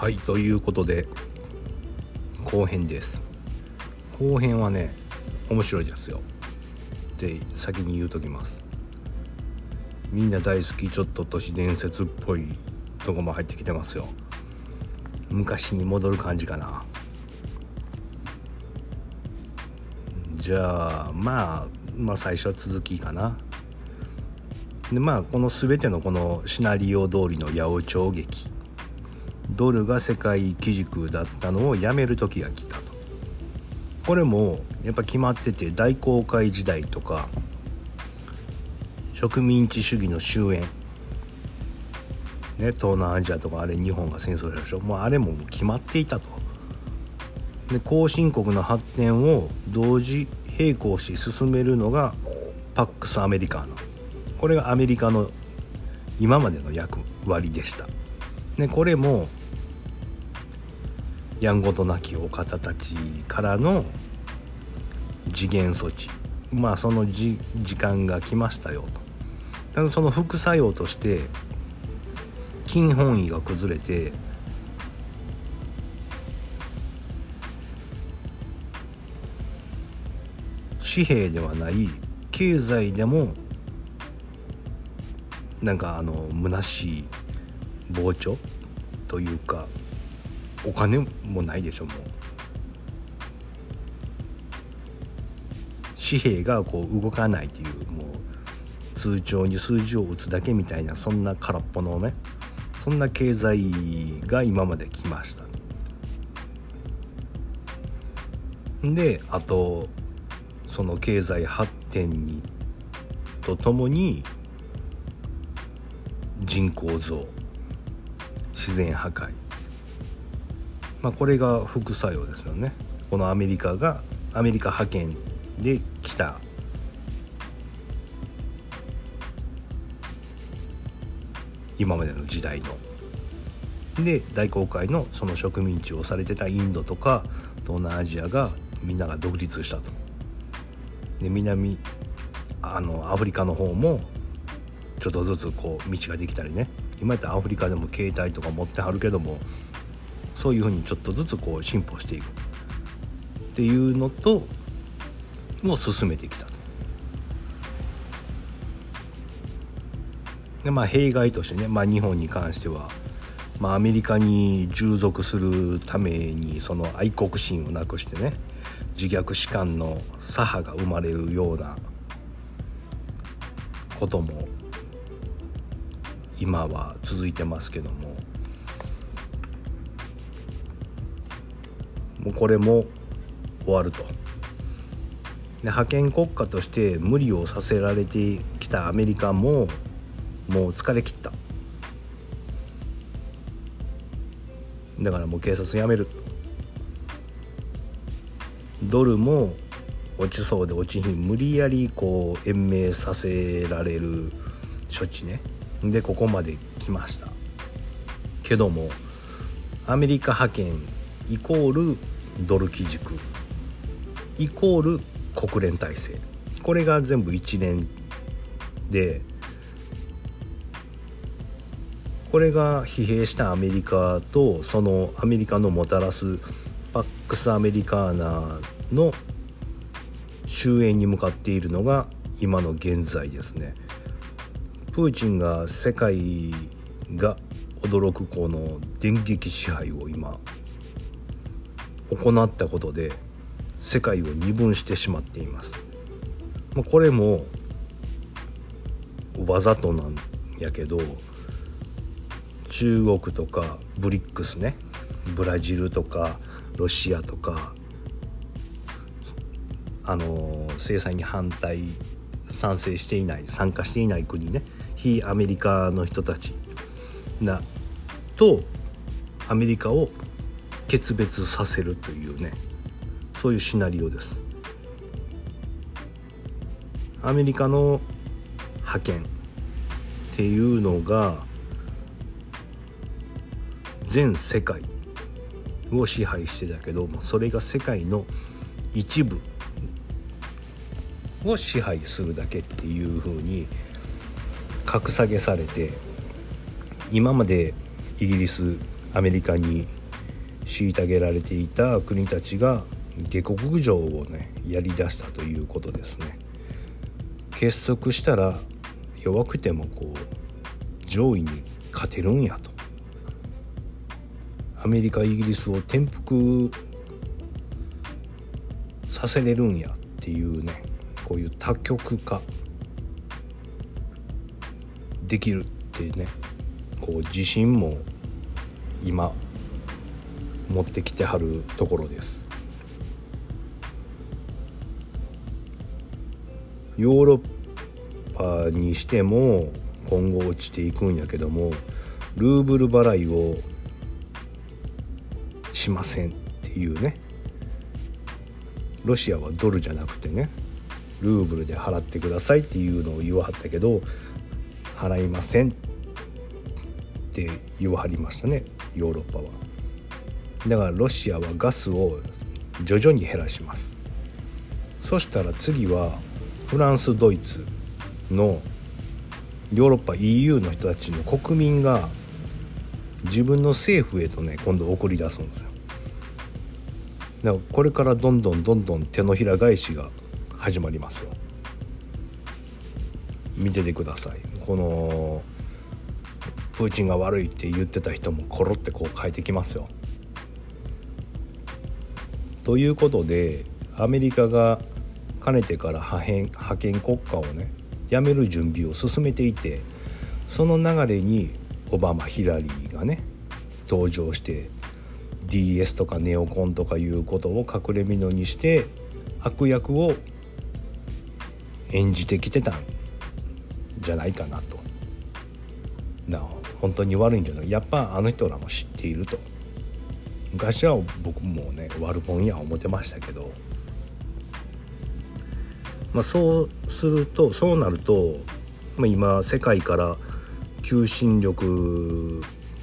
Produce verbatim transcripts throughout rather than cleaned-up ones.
はい、ということで後編です。後編はね面白いですよって先に言うときます。みんな大好きちょっと都市伝説っぽいとこも入ってきてますよ。昔に戻る感じかな。じゃあまあまあ最初は続きかな。でまあこの全てのこのシナリオ通りの八百長劇、ドルが世界基軸だったのをやめる時が来たと。これもやっぱ決まってて、大航海時代とか植民地主義の終焉ね、東南アジアとかあれ日本が戦争したでしょ。もうあれも決まっていたと。で後進国の発展を同時並行し進めるのがパックスアメリカーナ、これがアメリカの今までの役割でした。でこれもやんごとなきお方たちからの時限措置、まあそのじ時間が来ましたよと。ただその副作用として金本位が崩れて紙幣ではない経済でもなんかあの虚しい膨張というか、お金もないでしょ。もう紙幣がこう動かないという、もう通帳に数字を打つだけみたいな、そんな空っぽのね、そんな経済が今まで来ました。であとその経済発展にとともに人口増、自然破壊、まあこれが副作用ですよね。このアメリカがアメリカ覇権で来た今までの時代ので、大航海のその植民地をされてたインドとか東南アジアがみんなが独立したと。で南あのアフリカの方もちょっとずつこう道ができたりね、今やったらアフリカでも携帯とか持ってはるけども、そういうふうにちょっとずつこう進歩していくっていうのとを進めてきたと。でまあ弊害としてね、まあ日本に関しては、まあアメリカに従属するためにその愛国心をなくしてね、自虐史観の左派が生まれるようなことも今は続いてますけども、もうこれも終わると。で覇権国家として無理をさせられてきたアメリカももう疲れ切った。だからもう警察辞める。ドルも落ちそうで落ちひん、無理やりこう延命させられる処置ね。でここまで来ましたけども、アメリカ覇権イコールドル基軸イコール国連体制、これが全部一連で、これが疲弊したアメリカとそのアメリカのもたらすパックスアメリカーナの終焉に向かっているのが今の現在ですね。プーチンが世界が驚くこの電撃支配を今行ったことで世界を二分してしまっています。これもわざとなんやけど、中国とかブリックスね、ブラジルとかロシアとか、あの制裁に反対賛成していない参加していない国ね、非アメリカの人たちなとアメリカを決別させるというね、そういうシナリオです。アメリカの覇権っていうのが全世界を支配してたけども、それが世界の一部を支配するだけっていう風に格下げされて、今までイギリスアメリカに虐げられていた国たちが下克上をねやりだしたということですね。結束したら弱くてもこう上位に勝てるんやと、アメリカイギリスを転覆させれるんやっていうね、こういう多極化できるってね、こう自信も今持ってきてはるところです。ヨーロッパにしても今後落ちていくんやけども、ルーブル払いをしませんっていうね、ロシアはドルじゃなくてねルーブルで払ってくださいっていうのを言わはったけど、払いませんって言わはりましたね、ヨーロッパは。だからロシアはガスを徐々に減らします。そしたら次はフランスドイツのヨーロッパ イーユー の人たちの国民が自分の政府へとね今度送り出すんですよ。だからこれからどんどんどんどん手のひら返しが始まりますよ。見ててください。このプーチンが悪いって言ってた人もコロってこう変えてきますよ。ということでアメリカがかねてから覇権、覇権国家をねやめる準備を進めていて、その流れにオバマヒラリーがね登場して ディーエス とかネオコンとかいうことを隠れ蓑にして悪役を演じてきてたんじゃないかなと。な本当に悪いんじゃない、やっぱあの人らも知っていると。昔は僕もね悪者や思ってましたけど、まあ、そうするとそうなると、まあ、今世界から求心力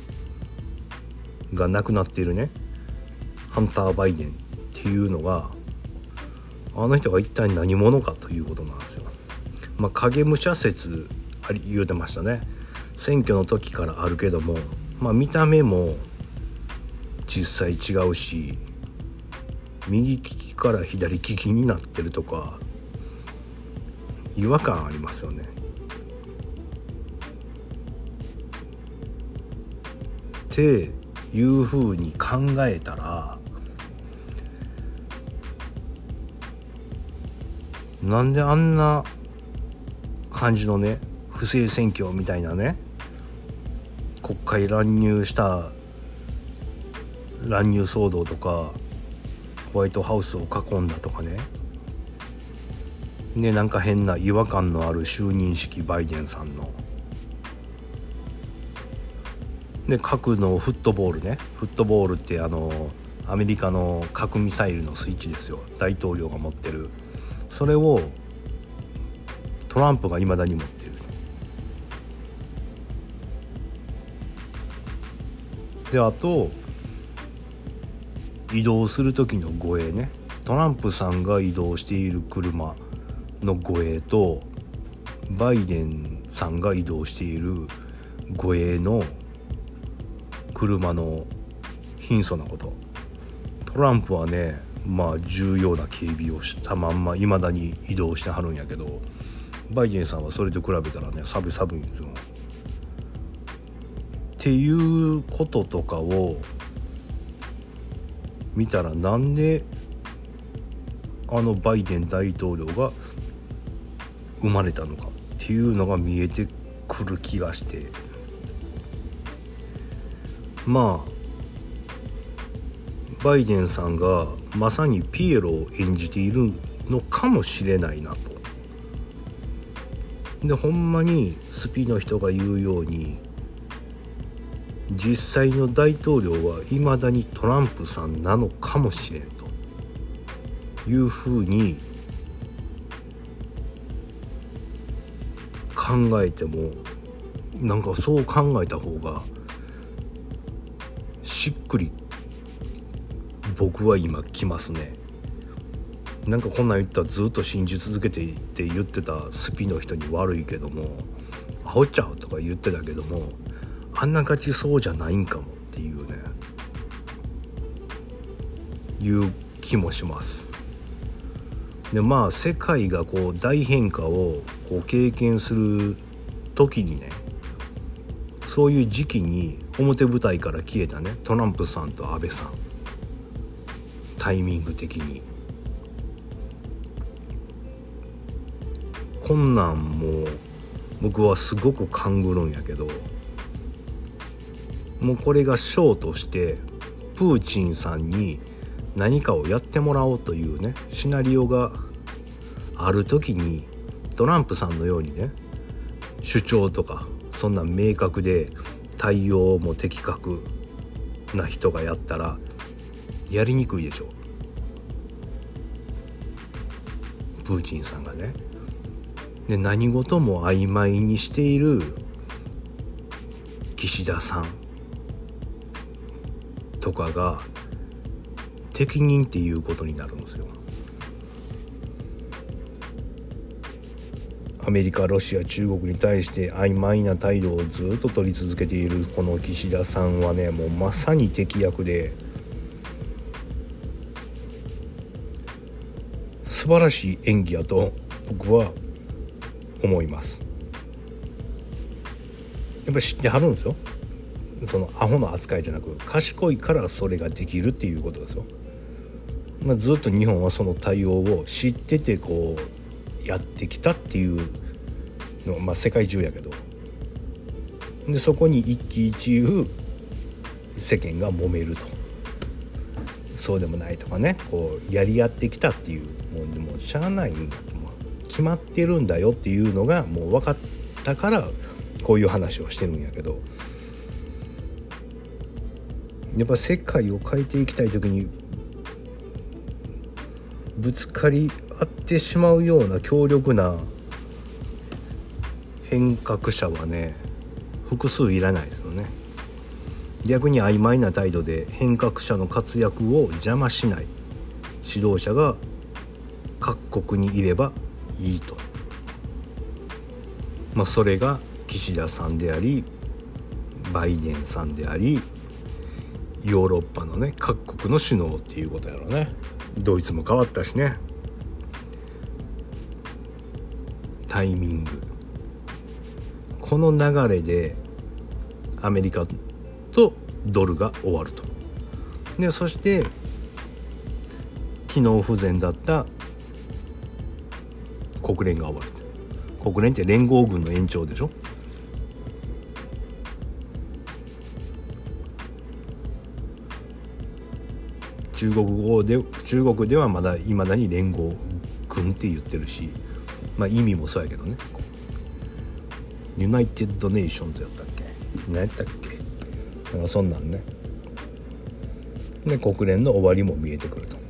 がなくなっているねハンター・バイデンっていうのが、あの人が一体何者かということなんですよ。まあ、影武者説あり言うてましたね。選挙の時からあるけども、まあ、見た目も実際違うし、右利きから左利きになってるとか違和感ありますよね。っていうふうに考えたら、なんであんな感じのね不正選挙みたいなね、国会乱入した乱入騒動とかホワイトハウスを囲んだとかね、ねなんか変な違和感のある就任式バイデンさんので、核のフットボールね、フットボールってあのアメリカの核ミサイルのスイッチですよ、大統領が持ってる。それをトランプが未だに持っている。であと移動する時の護衛ね、トランプさんが移動している車の護衛とバイデンさんが移動している護衛の車の貧相なこと、トランプはねまあ重要な警備をしたまんま未だに移動してはるんやけど、バイデンさんはそれと比べたらねサブサブいんですよ。っていうこととかを見たら、なんであのバイデン大統領が生まれたのかっていうのが見えてくる気がして、まあバイデンさんがまさにピエロを演じているのかもしれないなと。でほんまにスピの人が言うように、実際の大統領は未だにトランプさんなのかもしれんというふうに考えても、なんかそう考えた方がしっくり僕は今きますね。なんかこんなん言ったらずっと信じ続けてって言ってたスピの人に悪いけども、アホちゃうとか言ってたけども、あんなガチそうじゃないんかもっていうね。 いう気もします。でまあ世界がこう大変化をこう経験する時にね、そういう時期に表舞台から消えたねトランプさんと安倍さん、タイミング的にこんなんも僕はすごく勘ぐるんやけど、もうこれがショーとしてプーチンさんに何かをやってもらおうというねシナリオがある時に、トランプさんのようにね主張とかそんな明確で対応も的確な人がやったらやりにくいでしょ。プーチンさんがね。で何事も曖昧にしている岸田さんとかが適任っていうことになるんですよ。アメリカ、ロシア、中国に対して曖昧な態度をずっと取り続けているこの岸田さんはね、もうまさに敵役で素晴らしい演技やと僕は思います。やっぱり知ってはるんですよ。そのアホの扱いじゃなく賢いからそれができるっていうことですよ。まあ、ずっと日本はその対応を知っててこうやってきたっていうのは、まあ、世界中やけど、でそこに一喜一憂世間が揉めると、そうでもないとかね、こうやり合ってきたっていう、もうでもしゃあないんだと、もう決まってるんだよっていうのがもう分かったからこういう話をしてるんやけど、やっぱ世界を変えていきたい時にぶつかり合ってしまうような強力な変革者はね複数いらないですよね。逆に曖昧な態度で変革者の活躍を邪魔しない指導者が各国にいればいいと、まあそれが岸田さんでありバイデンさんでありヨーロッパのね各国の首脳っていうことやろうね。ドイツも変わったしね。タイミング、この流れでアメリカとドルが終わると。でそして機能不全だった国連が終わる。国連って連合軍の延長でしょ。中国語で中国ではまだいまだに連合軍って言ってるし、まあ意味もそうやけどね。ユナイテッドネーションズやったっけ、何やったっけ、なんかそんなんね。で国連の終わりも見えてくると。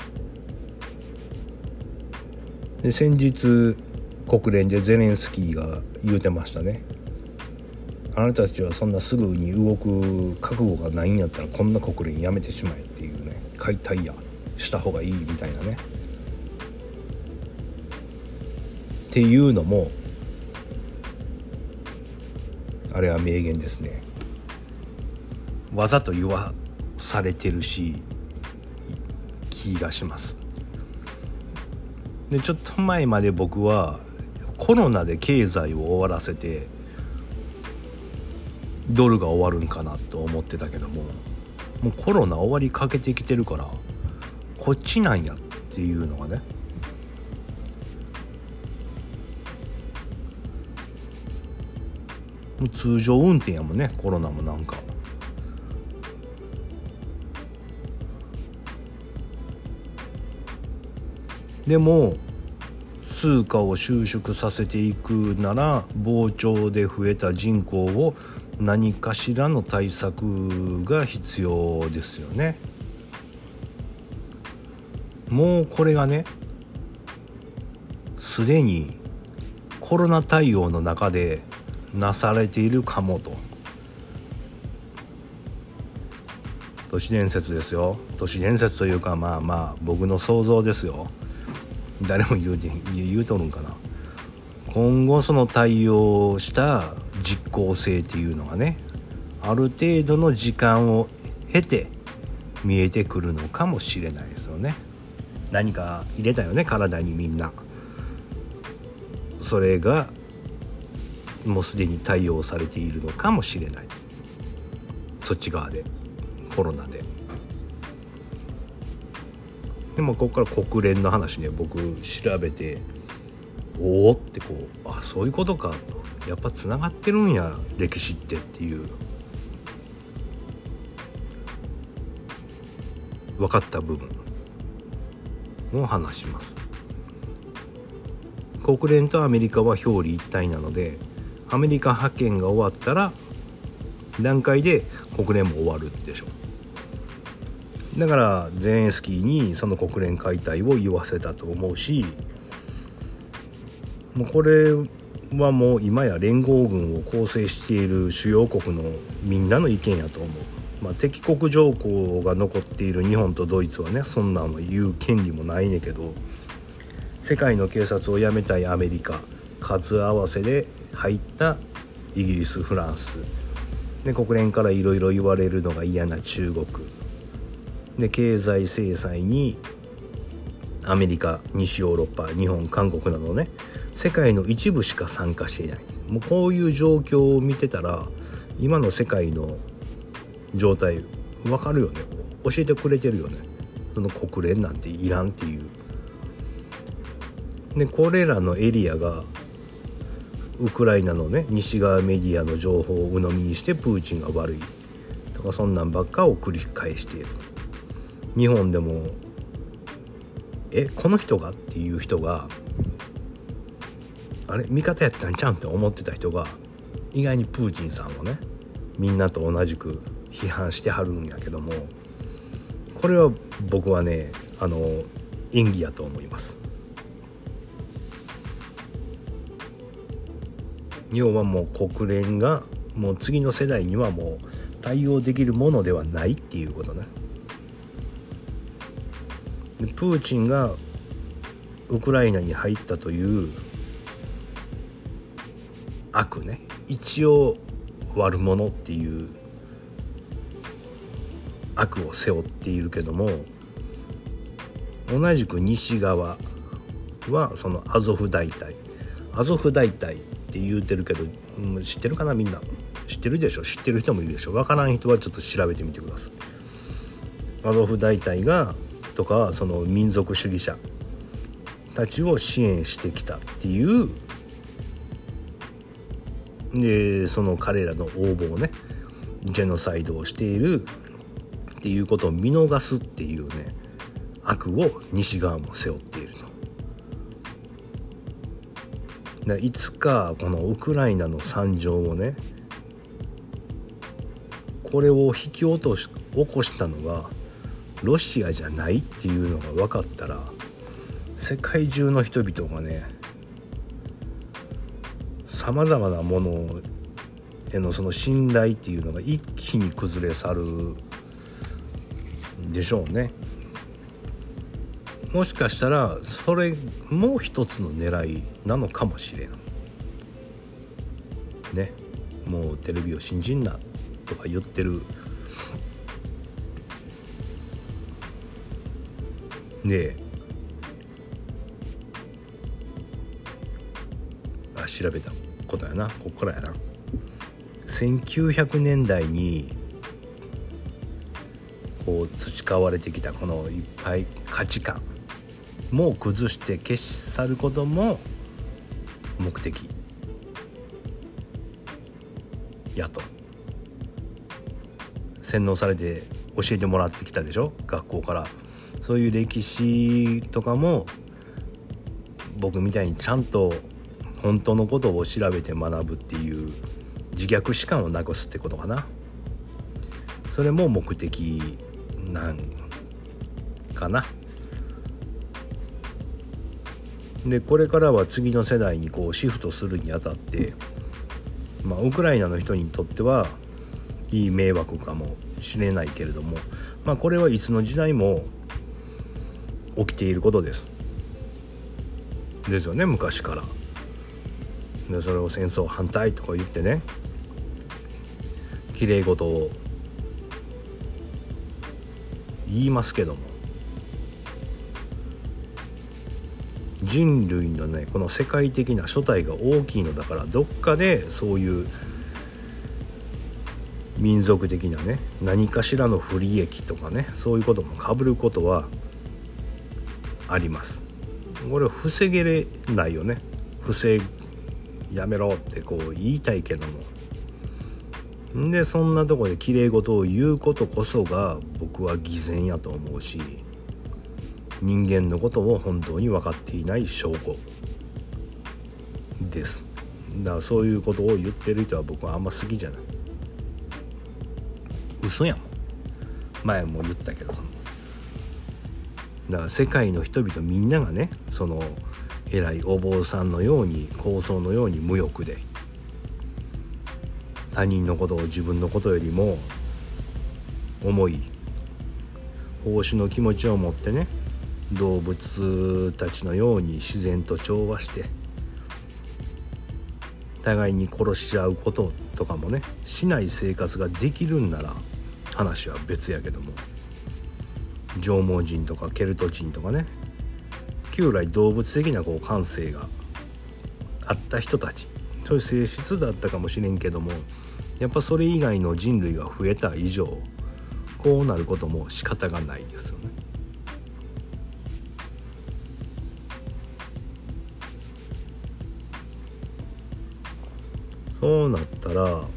で先日国連でゼレンスキーが言うてましたね。あなたたちはそんなすぐに動く覚悟がないんやったらこんな国連やめてしまえっていうね、解体やした方がいいみたいなね。っていうのもあれは名言ですね。わざと言わされてるし気がします。でちょっと前まで僕はコロナで経済を終わらせてドルが終わるんかなと思ってたけども、もうコロナ終わりかけてきてるからこっちなんやっていうのがね、もう通常運転やもんね。コロナもなんかでも通貨を収縮させていくなら膨張で増えた人口を何かしらの対策が必要ですよね。もうこれがねすでにコロナ対応の中でなされているかもと。都市伝説ですよ。都市伝説というかまあまあ僕の想像ですよ。誰も言うて言うとるんかな。今後その対応した実効性っていうのがねある程度の時間を経て見えてくるのかもしれないですよね。何か入れたよね、体にみんな。それがもうすでに対応されているのかもしれない、そっち側でコロナで。でもここから国連の話ね、僕調べて、おおってこう、あ、そういうことかと、やっぱつながってるんや歴史ってっていう分かった部分を話します。国連とアメリカは表裏一体なので、アメリカ派遣が終わったら段階で国連も終わるでしょう。だからゼレンスキーにその国連解体を言わせたと思うし、もうこれはもう今や連合軍を構成している主要国のみんなの意見やと思う。まあ、敵国条項が残っている日本とドイツはね、そんなん言う権利もないねんけど、世界の警察を辞めたいアメリカ、数合わせで入ったイギリス、フランスで、国連からいろいろ言われるのが嫌な中国で、経済制裁にアメリカ、西ヨーロッパ、日本、韓国などね、世界の一部しか参加していない。もうこういう状況を見てたら、今の世界の状態分かるよね、教えてくれてるよね。その国連なんていらんっていう。でこれらのエリアがウクライナのね、西側メディアの情報を鵜呑みにしてプーチンが悪いとか、そんなんばっかを繰り返している。日本でもえこの人がっていう人が、あれ味方やったんちゃうんって思ってた人が、意外にプーチンさんをね、みんなと同じく批判してはるんやけども、これは僕はね、あの演技やと思います。要はもう国連がもう次の世代にはもう対応できるものではないっていうことね。でプーチンがウクライナに入ったという悪ね、一応悪者っていう悪を背負っているけども、同じく西側はそのアゾフ大隊、アゾフ大隊って言うてるけど、うん、知ってるかな、みんな知ってるでしょ、知ってる人もいるでしょ、わからん人はちょっと調べてみてください。アゾフ大隊がとか、その民族主義者たちを支援してきたっていうで、その彼らの横暴ね、ジェノサイドをしているっていうことを見逃すっていうね、悪を西側も背負っていると。でいつかこのウクライナの惨状をね、これを引き落とし起こしたのがロシアじゃないっていうのが分かったら、世界中の人々がね、さまざまなものへのその信頼っていうのが一気に崩れ去るでしょうね。もしかしたらそれも一つの狙いなのかもしれんね。もうテレビを信じんなとか言ってるで、あ調べたことやな、こっからやな。せんきゅうひゃくねんだいにこう培われてきたこのいっぱい価値観も崩して消し去ることも目的やと洗脳されて教えてもらってきたでしょ、学校から。そういう歴史とかも僕みたいにちゃんと本当のことを調べて学ぶっていう自虐史観をなくすってことかな。それも目的なんかな。でこれからは次の世代にこうシフトするにあたって、まあ、ウクライナの人にとってはいい迷惑かもしれないけれども、まあ、これはいつの時代も起きていることですですよね、昔から。でそれを戦争反対とか言ってね、綺麗事を言いますけども、人類のねこの世界的な所帯が大きいのだから、どっかでそういう民族的なね何かしらの不利益とかね、そういうことも被ることはあります。これを防げれないよね。防やめろってこう言いたいけども、でそんなとこで綺麗事を言うことこそが僕は偽善やと思うし、人間のことを本当に分かっていない証拠です。だからそういうことを言ってる人は僕はあんま好きじゃない。嘘やもん。前も言ったけど、そのだから世界の人々みんながね、その偉いお坊さんのように高僧のように無欲で、他人のことを自分のことよりも重い奉仕の気持ちを持ってね、動物たちのように自然と調和して互いに殺し合うこととかもねしない生活ができるんなら話は別やけども、縄文人とかケルト人とかね、旧来動物的なこう感性があった人たち、そういう性質だったかもしれんけども、やっぱそれ以外の人類が増えた以上こうなることも仕方がないですよね。そうなったらやっ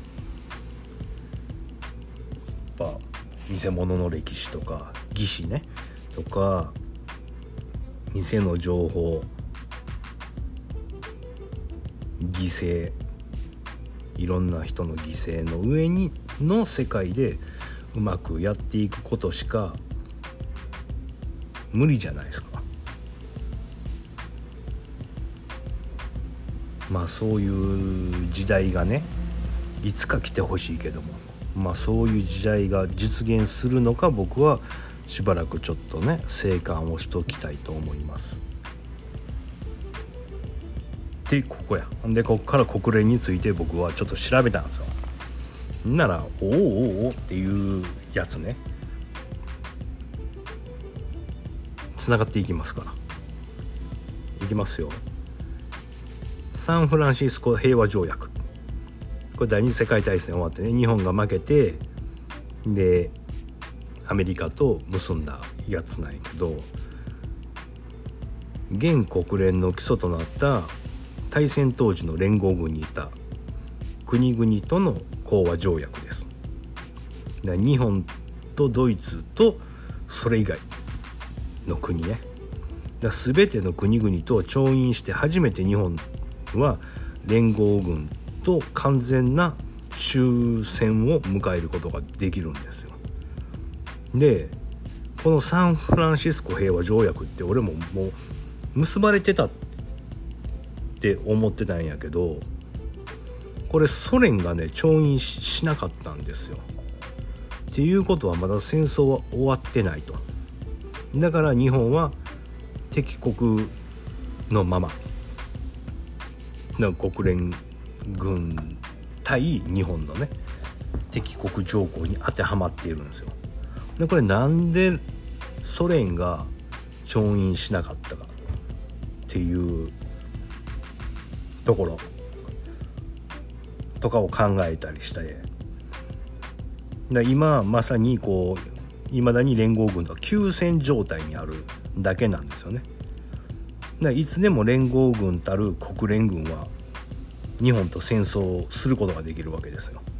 ぱ偽物の歴史とか偽史ねとか偽の情報、犠牲、いろんな人の犠牲の上にの世界でうまくやっていくことしか無理じゃないですか。まあそういう時代がねいつか来てほしいけども、まあそういう時代が実現するのか、僕はしばらくちょっとね静観をしときたいと思います。でここやでここから国連について僕はちょっと調べたんですよ。ならおおおおっていうやつねつながっていきますから、いきますよ。サンフランシスコ平和条約、これ第二次世界大戦終わってね、日本が負けてでアメリカと結んだやつなんやけど、現国連の基礎となった大戦当時の連合軍にいた国々との講和条約です。だから日本とドイツとそれ以外の国ね、だ全ての国々と調印して初めて日本は連合軍と完全な終戦を迎えることができるんですよ。でこのサンフランシスコ平和条約って俺ももう結ばれてたって思ってたんやけど、これソ連がね調印しなかったんですよ。っていうことはまだ戦争は終わってないと。だから日本は敵国のままな国連軍対日本のね敵国条項に当てはまっているんですよ。でこれなんでソ連が調印しなかったかっていうところとかを考えたりして、だ今まさにこういまだに連合軍が休戦状態にあるだけなんですよね。だいつでも連合軍たる国連軍は日本と戦争をすることができるわけですよ。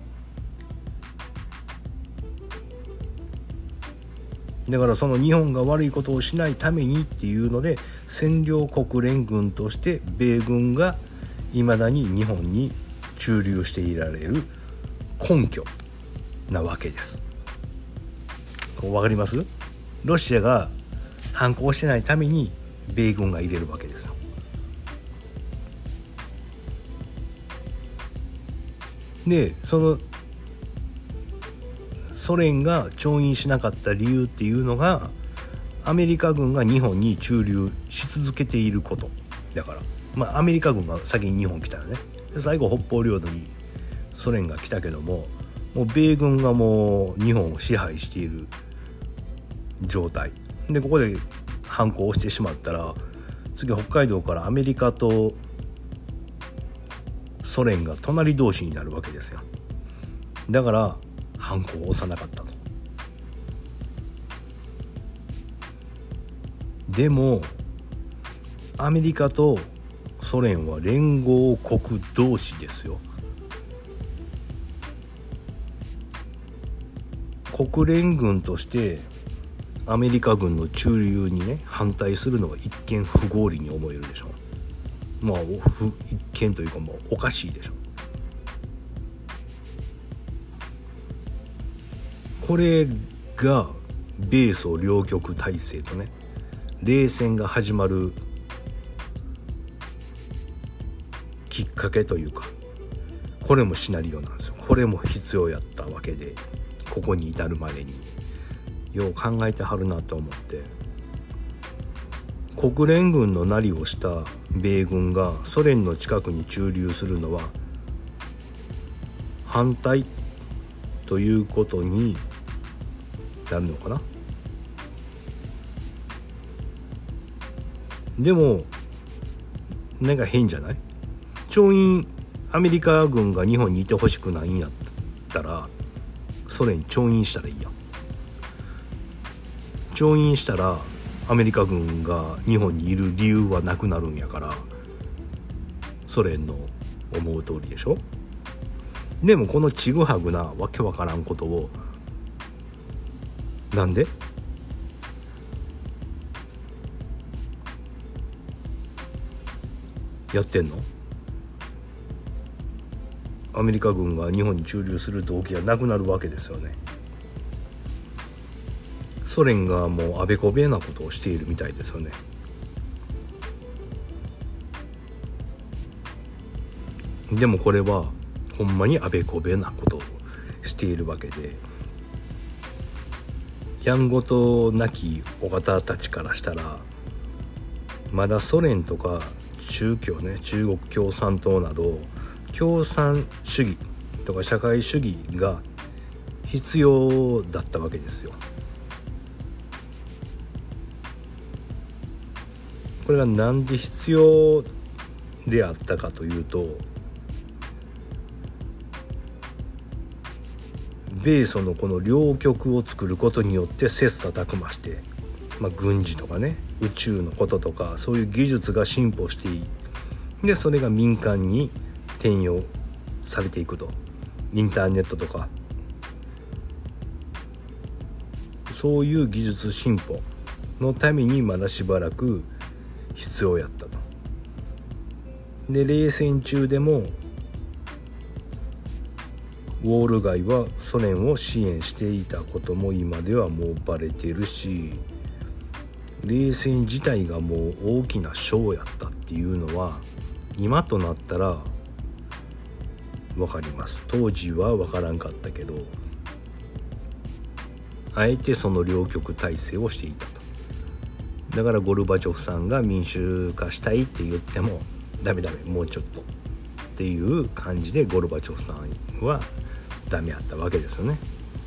だからその日本が悪いことをしないためにっていうので占領国連軍として米軍がいまだに日本に駐留していられる根拠なわけです。わかります？ロシアが反抗してないために米軍が入れるわけですよ。でそのソ連が調印しなかった理由っていうのがアメリカ軍が日本に駐留し続けていることだから、まあアメリカ軍が先に日本来たよね。で最後北方領土にソ連が来たけども、もう米軍がもう日本を支配している状態で、ここで反抗をしてしまったら次北海道からアメリカとソ連が隣同士になるわけですよ。だから反抗を押さなかったと。でもアメリカとソ連は連合国同士ですよ。国連軍としてアメリカ軍の駐留にね反対するのは一見不合理に思えるでしょ。まあ一見というかもうおかしいでしょ。これが米ソ両極体制とね冷戦が始まるきっかけというか、これもシナリオなんですよ。これも必要やったわけで、ここに至るまでによう考えてはるなと思って、国連軍のなりをした米軍がソ連の近くに駐留するのは反対ということになるのかな。でもなんか変じゃない？調印アメリカ軍が日本にいてほしくないんやったらソ連調印したらいいやん。調印したらアメリカ軍が日本にいる理由はなくなるんやから、ソ連の思う通りでしょ。でもこのちぐはぐなわけわからんことをなんでやってんの？アメリカ軍が日本に駐留する動機がなくなるわけですよね。ソ連がもうあべこべなことをしているみたいですよね。でもこれはほんまにあべこべなことをしているわけで、やんごとなきお方たちからしたらまだソ連とか中共ね、中国共産党など共産主義とか社会主義が必要だったわけですよ。これがなんで必要であったかというと、米ソのこの両極を作ることによって切磋琢磨して、まあ、軍事とかね宇宙のこととかそういう技術が進歩していいで、それが民間に転用されていくと、インターネットとかそういう技術進歩のためにまだしばらく必要やったと。で冷戦中でもウォール街はソ連を支援していたことも今ではもうバレてるし、冷戦自体がもう大きなショーやったっていうのは今となったら分かります。当時は分からんかったけど、あえてその両極体制をしていたと。だからゴルバチョフさんが民主化したいって言ってもダメダメもうちょっとっていう感じでゴルバチョフさんはダメやったわけですよね。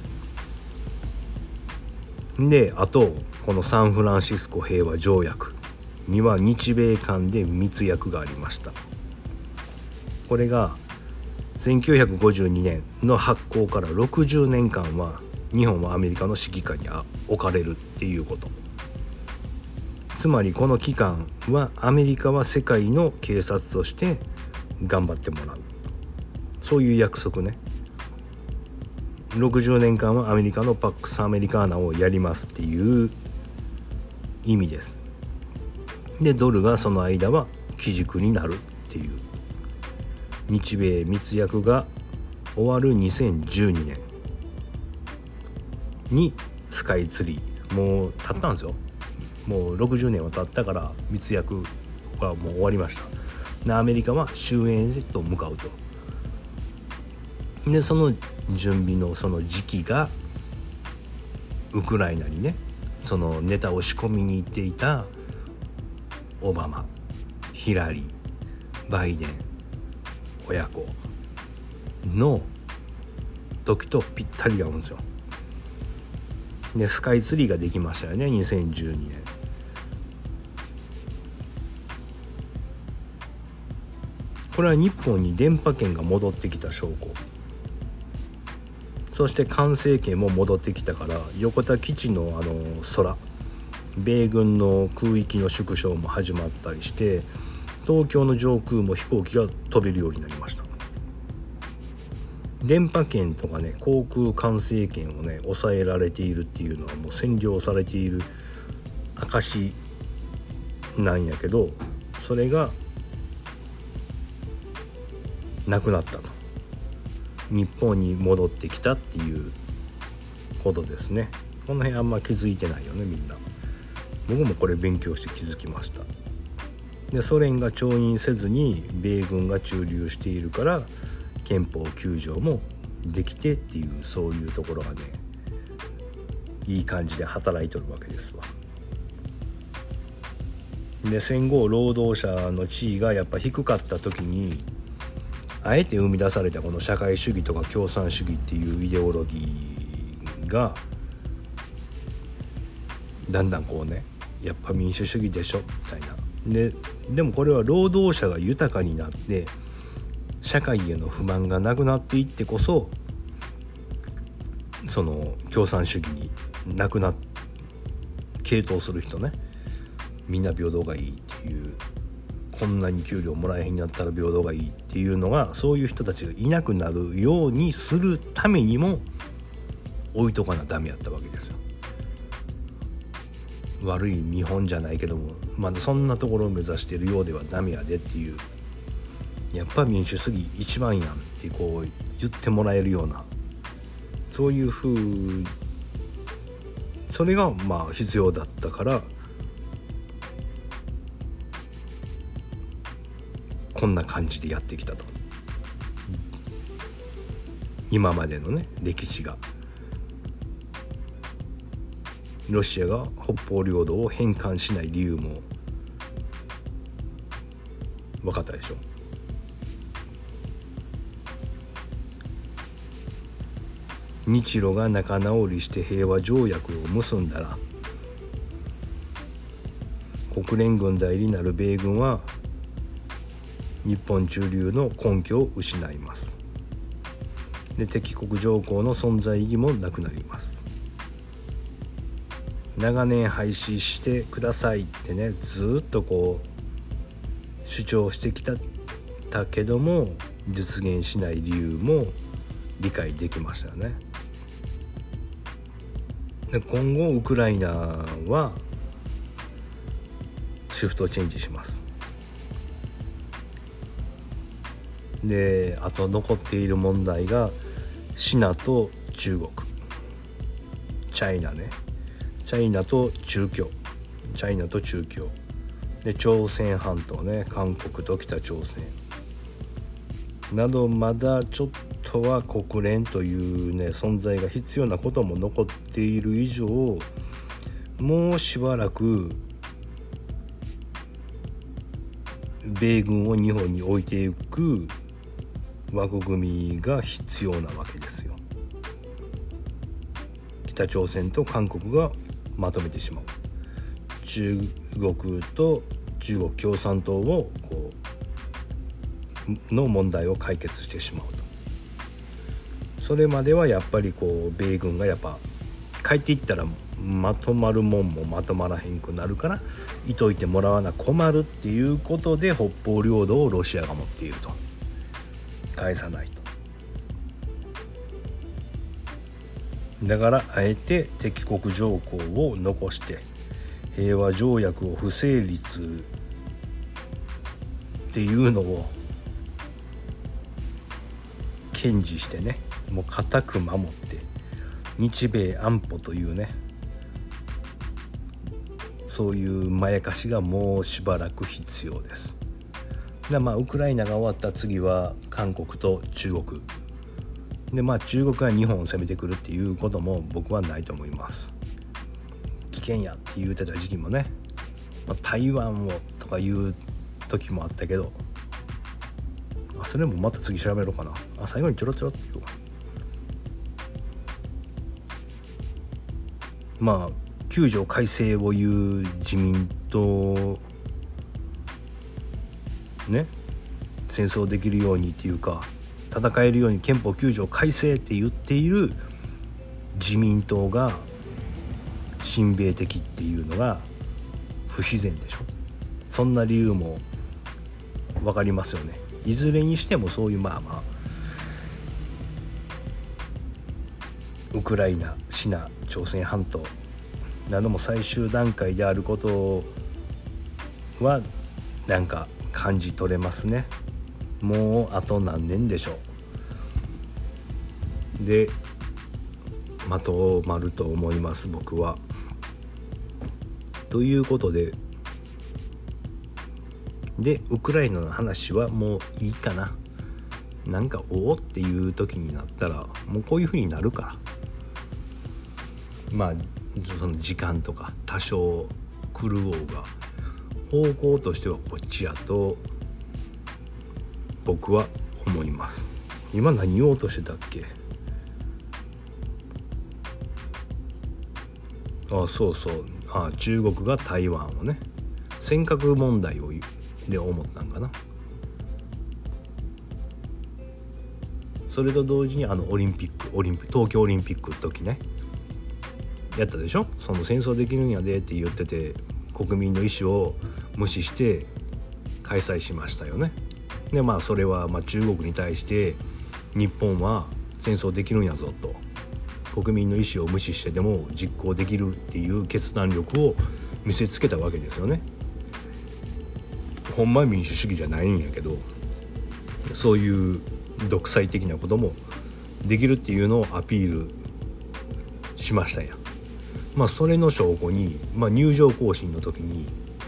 であとこのサンフランシスコ平和条約には日米間で密約がありました。これがせんきゅうひゃくごじゅうにねんの発効からろくじゅうねんかんは日本はアメリカの指揮下に置かれるっていうこと。つまりこの期間はアメリカは世界の警察として頑張ってもらう、そういう約束ね。ろくじゅうねんかんはアメリカのパックスアメリカーナをやりますっていう意味です。でドルがその間は基軸になるっていう日米密約が終わるにせんじゅうにねんにスカイツリーもう経ったんですよ。もうろくじゅうねんは経ったから密約はもう終わりました。でアメリカは終焉へと向かうと。でその準備のその時期がウクライナにねそのネタを仕込みに行っていたオバマ、ヒラリー、バイデン親子の時とぴったり合うんですよ。 でスカイツリーができましたよね、にせんじゅうにねん。これは日本に電波圏が戻ってきた証拠。そして管制圏も戻ってきたから、横田基地のあの空、米軍の空域の縮小も始まったりして、東京の上空も飛行機が飛べるようになりました。電波圏とかね、航空管制圏をね抑えられているっていうのはもう占領されている証なんやけど、それがなくなったと、日本に戻ってきたっていうことですね。この辺あんま気づいてないよね、みんな。僕もこれ勉強して気づきました。でソ連が調印せずに米軍が駐留しているから憲法きゅう条もできてっていう、そういうところがねいい感じで働いとるわけですわ。で戦後労働者の地位がやっぱ低かった時にあえて生み出されたこの社会主義とか共産主義っていうイデオロギーがだんだんこうね、やっぱ民主主義でしょみたいな。ででもこれは労働者が豊かになって社会への不満がなくなっていってこそ、その共産主義になくなっ傾倒する人ね、みんな平等がいいっていう、こんなに給料もらえへんになったら平等がいいっていうのが、そういう人たちがいなくなるようにするためにも置いとかなダメやったわけですよ。悪い見本じゃないけども、まだそんなところを目指してるようではダメやでっていう、やっぱ民主主義一番やんってこう言ってもらえるような、そういう風、それがまあ必要だったからこんな感じでやってきたと、今までのね歴史が。ロシアが北方領土を返還しない理由も分かったでしょ。日露が仲直りして平和条約を結んだら、国連軍代理なる米軍は日本駐留の根拠を失います。で敵国条項の存在意義もなくなります。長年廃止してくださいってねずっとこう主張してきたたけども実現しない理由も理解できましたよね。で今後ウクライナはシフトチェンジします。であと残っている問題がシナと中国、チャイナね、チャイナと中共、チャイナと中共で朝鮮半島ね、韓国と北朝鮮など、まだちょっとは国連というね存在が必要なことも残っている以上、もうしばらく米軍を日本に置いていく枠組みが必要なわけですよ。北朝鮮と韓国がまとめてしまう、中国と中国共産党をこうの問題を解決してしまうと。それまではやっぱりこう米軍がやっぱ帰っていったらまとまるもんもまとまらへんくなるからいといてもらわな困るっていうことで、北方領土をロシアが持っていると、返さないと。だからあえて敵国条項を残して平和条約を不成立っていうのを堅持してね、もう固く守って日米安保というね、そういうまやかしがもうしばらく必要です。でまあウクライナが終わった次は韓国と中国で、まあ中国が日本を攻めてくるっていうことも僕はないと思います。危険やって言うてた時期もね、まあ、台湾をとか言う時もあったけど、あそれもまた次調べろうかな。あ最後にちょろちょろって言うわ。 まあきゅう条改正を言う自民党ね、戦争できるようにっていうか戦えるように憲法きゅう条改正って言っている自民党が親米的っていうのが不自然でしょ。そんな理由も分かりますよね。いずれにしてもそういうまあまあウクライナ、シナ、朝鮮半島なども最終段階であることはなんか感じ取れますね。もうあと何年でしょう。でまとまると思います僕は。ということででウクライナの話はもういいかな。なんかおおっていう時になったらもうこういう風になるから、まあその時間とか多少狂おうが方向としてはこっちやと僕は思います。今何言おうとしてたっけ。あそうそうあ中国が台湾をね尖閣問題をで思ったんかな。それと同時にあのオリンピックオリンピ東京オリンピックの時ねやったでしょ。その戦争できるんやでって言ってて国民の意思を無視して開催しましたよね。でまあそれはまあ中国に対して日本は戦争できるんやぞと国民の意思を無視してでも実行できるっていう決断力を見せつけたわけですよね。ほんま民主主義じゃないんやけどそういう独裁的なこともできるっていうのをアピールしましたやん。まあそれの証拠に、まあ、入場行進の時に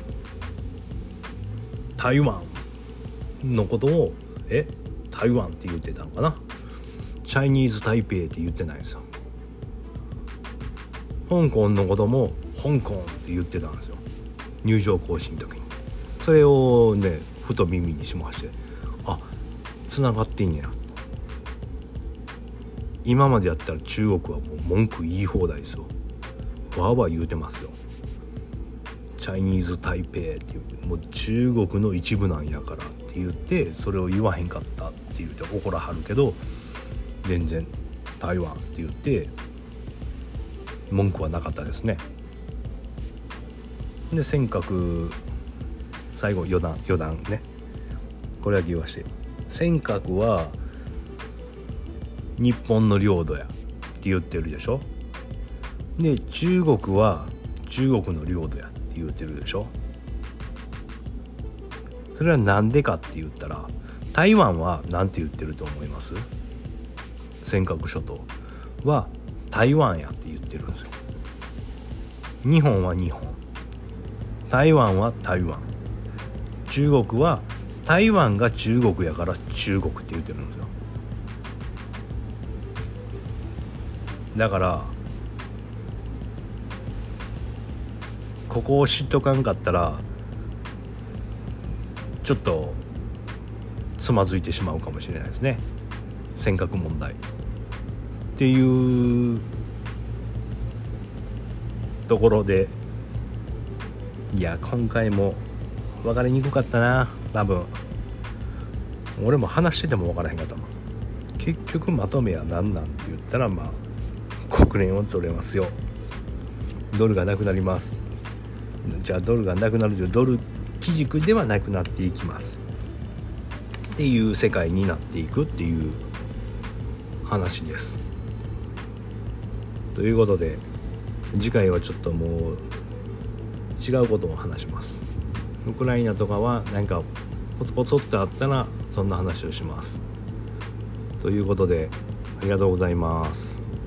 台湾のことをえ台湾って言ってたのかな。チャイニーズ台北って言ってないんですよ。香港のことも香港って言ってたんですよ入場行進の時に。それをねふと耳にしましてあつながってんや。今までやったら中国はもう文句言い放題ですよ。わーわー言うてますよ。チャイニーズ台北っていうもう中国の一部なんやからって言ってそれを言わへんかったって言って怒らはるけど全然台湾って言って文句はなかったですね。で尖閣最後余談余談ねこれだけ言わして尖閣は日本の領土やって言ってるでしょ。で中国は中国の領土やって言ってるでしょ。それはなんでかって言ったら台湾はなんて言ってると思います。尖閣諸島は台湾やって言ってるんですよ。日本は日本台湾は台湾中国は台湾が中国やから中国って言ってるんですよ。だからここを知っとかんかったらちょっとつまずいてしまうかもしれないですね。尖閣問題っていうところでいや今回も分かりにくかったな。多分俺も話してても分からへんかったもん。結局まとめは何なんて言ったらまあ国連を取れますよ。ドルがなくなります。じゃあドルがなくなるとドル基軸ではなくなっていきますっていう世界になっていくっていう話です。ということで次回はちょっともう違うことを話します。ウクライナとかはなんかポツポツってあったらそんな話をします。ということでありがとうございます。